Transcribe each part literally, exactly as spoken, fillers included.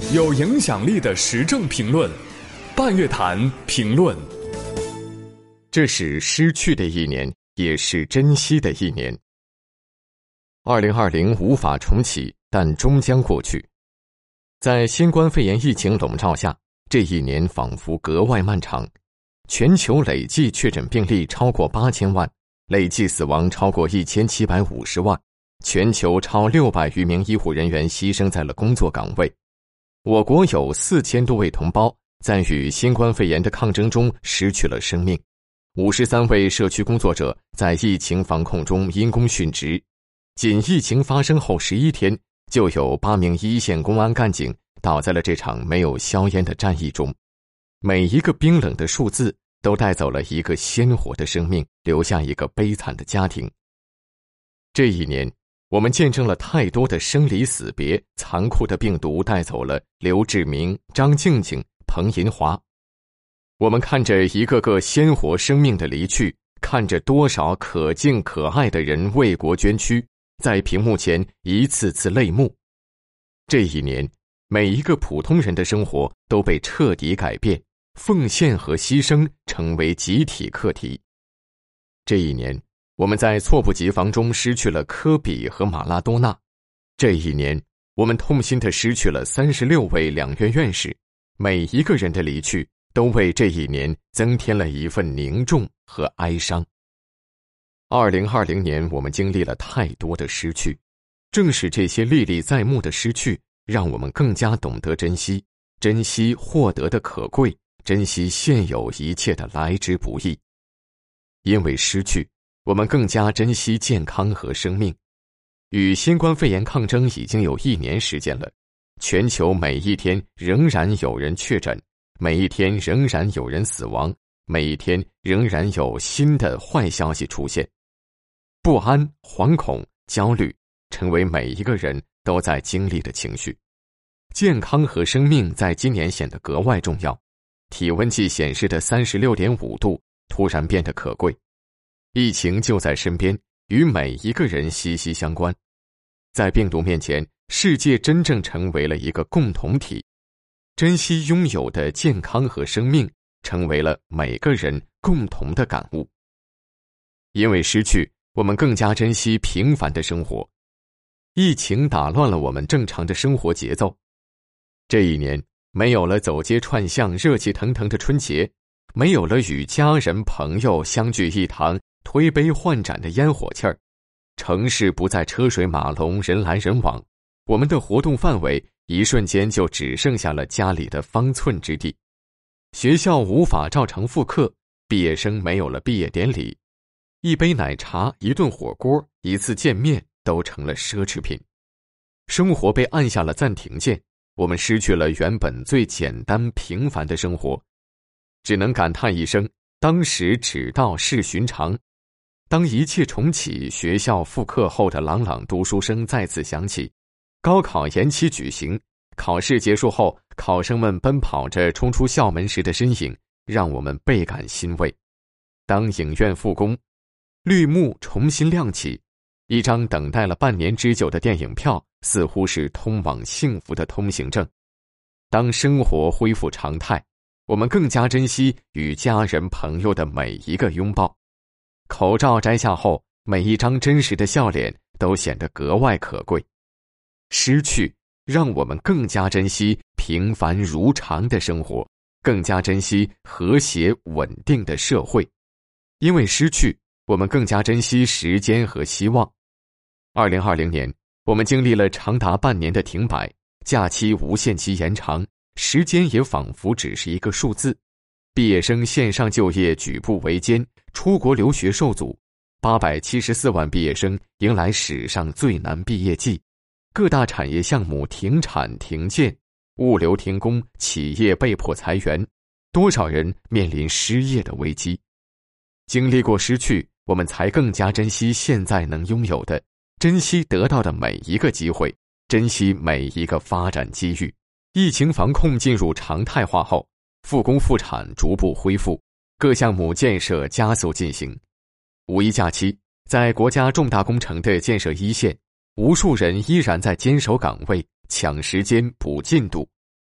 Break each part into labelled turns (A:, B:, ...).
A: 有影响力的时政评论，半月谈评论。
B: 这是失去的一年，也是珍惜的一年。二零二零无法重启，但终将过去。在新冠肺炎疫情笼罩下，这一年仿佛格外漫长。全球累计确诊病例超过八千万，累计死亡超过一千七百五十万，全球超六百余名医护人员牺牲在了工作岗位。我国有四千多位同胞在与新冠肺炎的抗争中失去了生命，五十三位社区工作者在疫情防控中因公殉职。仅疫情发生后十一天，就有八名一线公安干警倒在了这场没有硝烟的战役中。每一个冰冷的数字都带走了一个鲜活的生命，留下一个悲惨的家庭。这一年，我们见证了太多的生离死别，残酷的病毒带走了刘志明、张静静、彭银华。我们看着一个个鲜活生命的离去，看着多少可敬可爱的人为国捐躯，在屏幕前一次次泪目。这一年，每一个普通人的生活都被彻底改变，奉献和牺牲成为集体课题。这一年，我们在猝不及防中失去了科比和马拉多纳。这一年，我们痛心地失去了三十六位两院院士。每一个人的离去，都为这一年增添了一份凝重和哀伤。二零二零年，我们经历了太多的失去，正是这些历历在目的失去，让我们更加懂得珍惜，珍惜获得的可贵，珍惜现有一切的来之不易。因为失去，我们更加珍惜健康和生命。与新冠肺炎抗争已经有一年时间了，全球每一天仍然有人确诊，每一天仍然有人死亡，每一天仍然有新的坏消息出现。不安、惶恐、焦虑成为每一个人都在经历的情绪。健康和生命在今年显得格外重要。体温计显示的 三十六点五 度突然变得可贵。疫情就在身边，与每一个人息息相关。在病毒面前，世界真正成为了一个共同体。珍惜拥有的健康和生命，成为了每个人共同的感悟。因为失去，我们更加珍惜平凡的生活。疫情打乱了我们正常的生活节奏。这一年，没有了走街串巷热气腾腾的春节，没有了与家人朋友相聚一堂推杯换盏的烟火气儿，城市不再车水马龙人来人往，我们的活动范围一瞬间就只剩下了家里的方寸之地。学校无法照常复课，毕业生没有了毕业典礼，一杯奶茶、一顿火锅、一次见面都成了奢侈品。生活被按下了暂停键，我们失去了原本最简单平凡的生活，只能感叹一声，当时只道是寻常。当一切重启，学校复课后的朗朗读书声再次响起，高考延期举行，考试结束后，考生们奔跑着冲出校门时的身影，让我们倍感欣慰。当影院复工，绿幕重新亮起，一张等待了半年之久的电影票似乎是通往幸福的通行证。当生活恢复常态，我们更加珍惜与家人朋友的每一个拥抱。口罩摘下后，每一张真实的笑脸都显得格外可贵。失去让我们更加珍惜平凡如常的生活，更加珍惜和谐稳定的社会。因为失去，我们更加珍惜时间和希望。二零二零年，我们经历了长达半年的停摆，假期无限期延长，时间也仿佛只是一个数字。毕业生线上就业举步维艰，出国留学受阻，八百七十四万毕业生迎来史上最难毕业季。各大产业项目停产停建，物流停工，企业被迫裁员，多少人面临失业的危机。经历过失去，我们才更加珍惜现在能拥有的，珍惜得到的每一个机会，珍惜每一个发展机遇。疫情防控进入常态化后，复工复产逐步恢复，各项目建设加速进行。五一假期，在国家重大工程的建设一线，无数人依然在坚守岗位，抢时间补进度。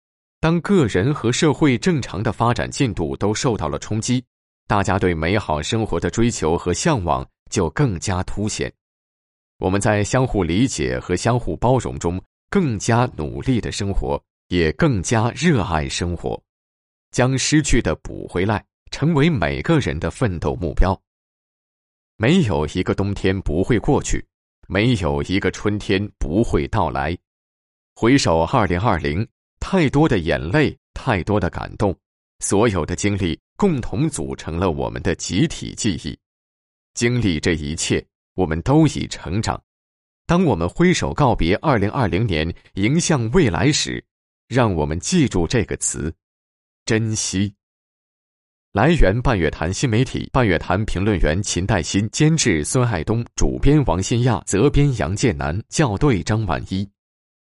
B: 当个人和社会正常的发展进度都受到了冲击，大家对美好生活的追求和向往就更加凸显。我们在相互理解和相互包容中更加努力的生活，也更加热爱生活，将失去的补回来，成为每个人的奋斗目标。没有一个冬天不会过去，没有一个春天不会到来。回首二零二零，太多的眼泪，太多的感动，所有的经历共同组成了我们的集体记忆。经历这一切，我们都已成长。当我们挥手告别二零二零年，迎向未来时，让我们记住这个词：珍惜。来源半月谈新媒体，半月谈评论员秦代新，监制孙爱东，主编王新亚，责编杨建南，校对张婉一。